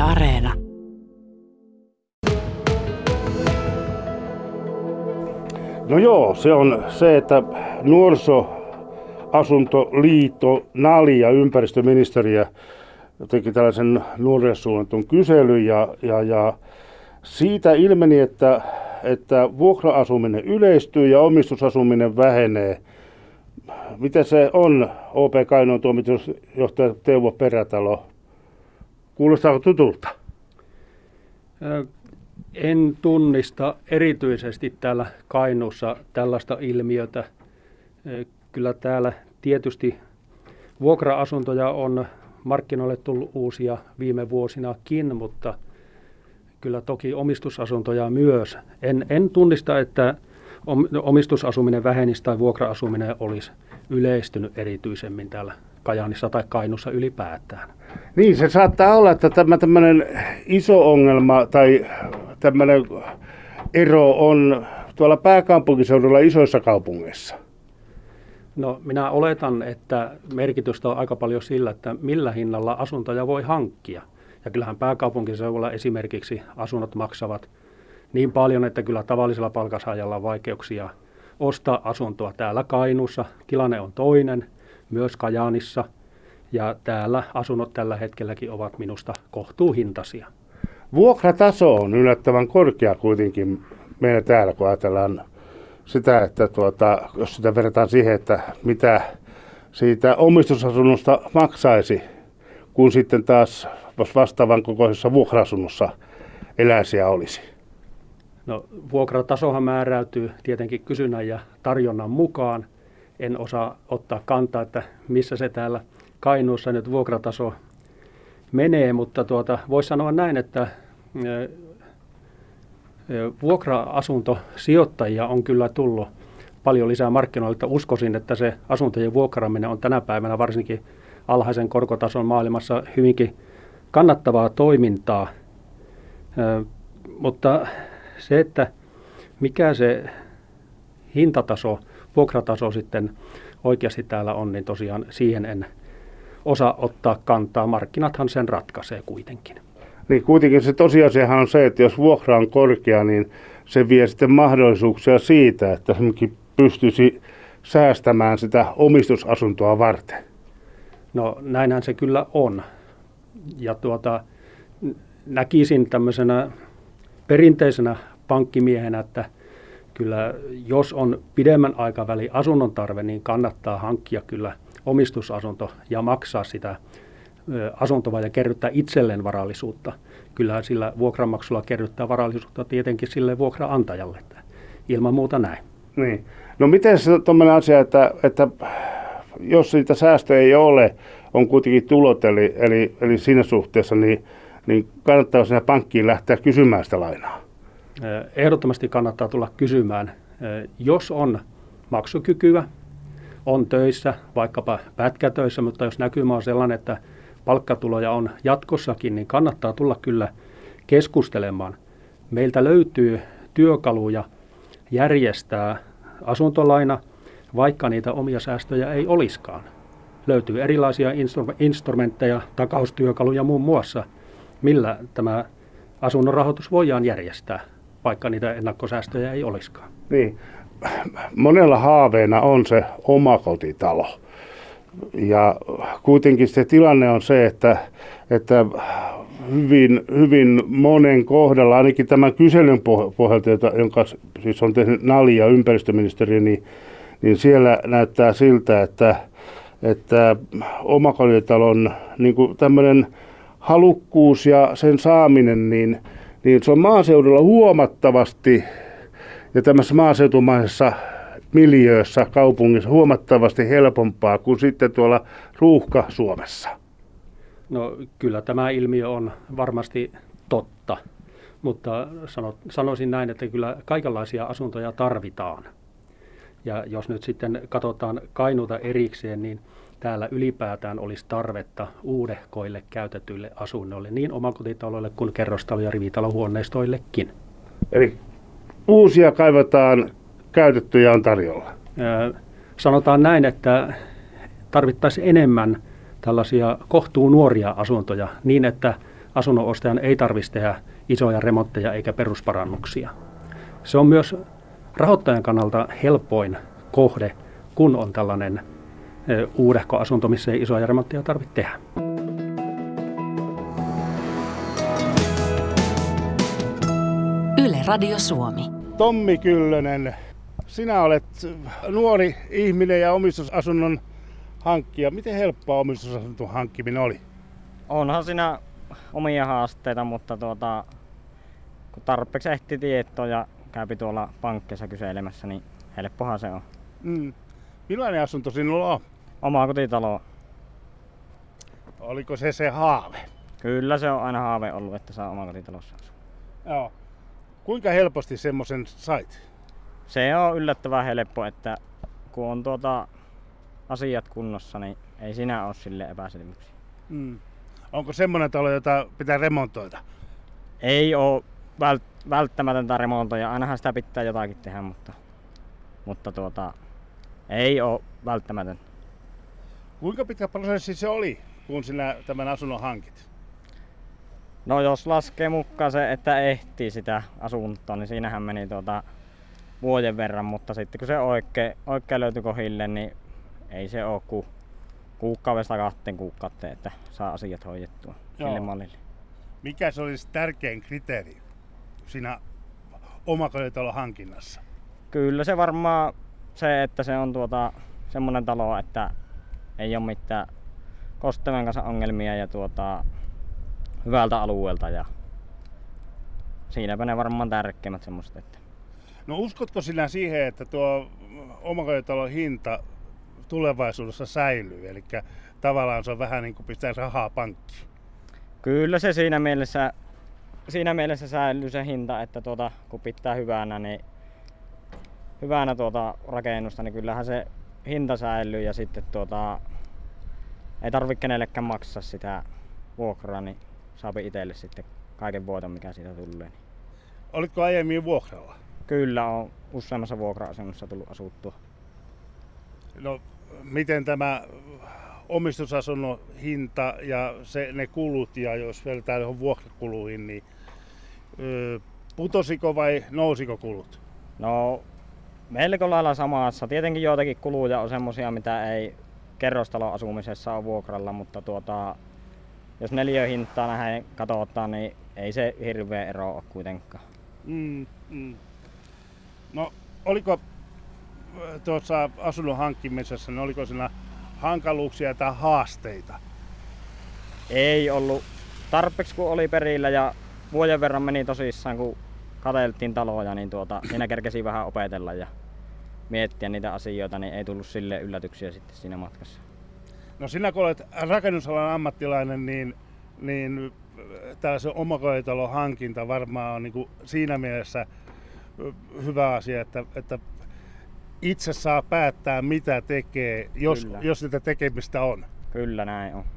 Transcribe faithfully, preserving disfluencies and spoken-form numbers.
Areena. No joo, se on se, että Nuorisoasuntoliitto, N A L I ja ympäristöministeriö teki tällaisen nuorille suunnatun kyselyn ja, ja, ja siitä ilmeni, että, että vuokra-asuminen yleistyy ja omistusasuminen vähenee. Miten se on, O P Kainuun toimitusjohtaja Teuvo Perätalo? Kuulostaako tutulta? En tunnista erityisesti täällä Kainuussa tällaista ilmiötä. Kyllä täällä tietysti vuokra-asuntoja on markkinoille tullut uusia viime vuosinakin, mutta kyllä toki omistusasuntoja myös. En, en tunnista, että omistusasuminen vähenisi tai vuokra-asuminen olisi yleistynyt erityisemmin täällä Kajaanissa tai Kainuussa ylipäätään. Niin, se saattaa olla, että tämä tämmöinen iso ongelma tai tämmöinen ero on tuolla pääkaupunkiseudulla isoissa kaupungeissa. No minä oletan, että merkitystä on aika paljon sillä, että millä hinnalla asuntoja voi hankkia. Ja kyllähän pääkaupunkiseudulla esimerkiksi asunnot maksavat niin paljon, että kyllä tavallisella palkansaajalla on vaikeuksia ostaa asuntoa. Täällä Kainuussa tilanne on toinen, myös Kajaanissa. Ja täällä asunnot tällä hetkelläkin ovat minusta kohtuuhintaisia. Vuokrataso on yllättävän korkea kuitenkin meillä täällä, kun ajatellaan sitä, että tuota, jos sitä verrataan siihen, että mitä siitä omistusasunnosta maksaisi, kun sitten taas vastaavan kokoisessa vuokra-asunnossa eläisiä olisi. No, vuokratasohan määräytyy tietenkin kysynnän ja tarjonnan mukaan. En osaa ottaa kantaa, että missä se täällä Kainuussa nyt vuokrataso menee, mutta tuota, voisi sanoa näin, että vuokra-asuntosijoittajia on kyllä tullut paljon lisää markkinoilta. Uskoisin, että se asuntojen vuokraaminen on tänä päivänä varsinkin alhaisen korkotason maailmassa hyvinkin kannattavaa toimintaa. Mutta se, että mikä se hintataso, vuokrataso sitten oikeasti täällä on, niin tosiaan siihen en osaa ottaa kantaa. Markkinathan sen ratkaisee kuitenkin. Niin kuitenkin se tosiasiahan on se, että jos vuokra on korkea, niin se vie sitten mahdollisuuksia siitä, että esimerkiksi pystyisi säästämään sitä omistusasuntoa varten. No näinhän se kyllä on. Ja tuota, näkisin tämmöisenä perinteisenä pankkimiehenä, että kyllä jos on pidemmän aikavälin asunnon tarve, niin kannattaa hankkia kyllä omistusasunto ja maksaa sitä asuntoa ja kerryttää itselleen varallisuutta. Kyllähän sillä vuokranmaksulla kerryttää varallisuutta tietenkin sille vuokraantajalle. Ilman muuta näin. Niin. No miten se tuommoinen asia, että, että jos siitä säästöä ei ole, on kuitenkin tulot, eli, eli, eli siinä suhteessa, niin, niin kannattaa sinne pankkiin lähteä kysymään sitä lainaa? Ehdottomasti kannattaa tulla kysymään. Jos on maksukykyä, on töissä, vaikkapa pätkätöissä, mutta jos näkymä on sellainen, että palkkatuloja on jatkossakin, niin kannattaa tulla kyllä keskustelemaan. Meiltä löytyy työkaluja järjestää asuntolaina, vaikka niitä omia säästöjä ei olisikaan. Löytyy erilaisia instrumentteja, takaustyökaluja muun muassa, millä tämä asunnon rahoitus voidaan järjestää, vaikka niitä ennakkosäästöjä ei olisikaan. Niin. Monella haaveena on se omakotitalo. Ja kuitenkin se tilanne on se, että, että hyvin, hyvin monen kohdalla, ainakin tämän kyselyn pohjalta, jonka siis on tehnyt N A L I ja ympäristöministeriö, niin, niin siellä näyttää siltä, että, että omakotitalon niin kuin tämmöinen halukkuus ja sen saaminen, niin, niin se on maaseudulla huomattavasti ja tämmöisessä maaseutumaisessa miljöössä kaupungissa huomattavasti helpompaa kuin sitten tuolla ruuhka-Suomessa. No kyllä tämä ilmiö on varmasti totta, mutta sano, sanoisin näin, että kyllä kaikenlaisia asuntoja tarvitaan. Ja jos nyt sitten katsotaan Kainuuta erikseen, niin täällä ylipäätään olisi tarvetta uudehkoille käytetyille asunnoille, niin omakotitaloille kuin kerrostalo- ja rivitalohuoneistoillekin. Eli uusia kaivataan, käytettyjä on tarjolla. Sanotaan näin, että tarvittaisiin enemmän tällaisia kohtuu nuoria asuntoja niin, että asunnon ostajan ei tarvitse tehdä isoja remontteja eikä perusparannuksia. Se on myös rahoittajan kannalta helpoin kohde, kun on tällainen uudehko asunto, missä ei isoja remontteja tarvitse tehdä. Yle Radio Suomi. Tommi Kyllönen, sinä olet nuori ihminen ja omistusasunnon hankkija. Miten helppoa omistusasunnon hankkiminen oli? Onhan siinä omia haasteita, mutta tuota, kun tarpeeksi ehti tietoa ja käypi tuolla pankkeissa kyselemässä, niin helppohan se on. Mm. Millainen asunto sinulla on? Oma kotitalo. Oliko se se haave? Kyllä se on aina haave ollut, että saa oma kotitalossa asua. Joo. Kuinka helposti semmoisen sait? Se on yllättävän helppo, että kun on tuota asiat kunnossa, niin ei siinä ole sille epäselvyyksiä. Mm. Onko semmoinen talo, jota pitää remontoida? Ei ole vält- välttämätöntä remontoja, ainahan sitä pitää jotakin tehdä, mutta, mutta tuota, ei ole välttämätön. Kuinka pitkä prosessi se oli, kun sinä tämän asunnon hankit? No jos laskee mukaan se, että ehtii sitä asuntoa, niin siinähän meni tuota vuoden verran, mutta sitten kun se oikein, oikein löytyi kohille, niin ei se ole kuin kuukaudesta kahteen kuukauteen, että saa asiat hoidettua sille mallille. Mikä se olisi tärkein kriteeri siinä omakotitalon hankinnassa? Kyllä se varmaan se, että se on tuota semmoinen talo, että ei ole mitään kosteuden kanssa ongelmia ja tuota hyvältä alueelta ja siinäpä ne varmaan tärkeimmät semmoiset. Että... No uskotko sinä siihen, että tuo omakotitalon hinta tulevaisuudessa säilyy? Eli tavallaan se on vähän niin kuin pistää rahaa pankkiin. Kyllä se siinä mielessä, siinä mielessä säilyy se hinta, että tuota, kun pitää hyvänä, niin hyvänä tuota rakennusta, niin kyllähän se hinta säilyy ja sitten tuota, ei tarvitse kenellekään maksaa sitä vuokraa, niin saapi itselle sitten kaiken voiton, mikä siitä tulee. Olitko aiemmin vuokralla? Kyllä, on useammassa vuokra-asunnossa tullut asuttua. No, miten tämä omistusasunnon hinta ja se, ne kulut, ja jos vertaa johon vuokrakuluihin, niin ö, putosiko vai nousiko kulut? No, melko lailla samassa. Tietenkin joitakin kuluja on semmosia, mitä ei kerrostalon asumisessa ole vuokralla, mutta tuota, jos neliöhintaa nähdään katsotaan, niin ei se hirveä ero ole kuitenkaan. Mm, mm. No, oliko tuossa asunnon hankkimisessa, niin oliko siinä hankaluuksia tai haasteita? Ei ollut. Tarpeeksi kun oli perillä ja vuoden verran meni tosissaan, kun katseltiin taloja, niin tuota, siinä kerkesi vähän opetella ja miettiä niitä asioita, niin ei tullut sille yllätyksiä sitten siinä matkassa. No sinä kun olet rakennusalan ammattilainen, niin, niin tällaisen omakotitalon hankinta varmaan on niin kuin siinä mielessä hyvä asia, että, että itse saa päättää mitä tekee, jos, jos sitä tekemistä on. Kyllä näin on.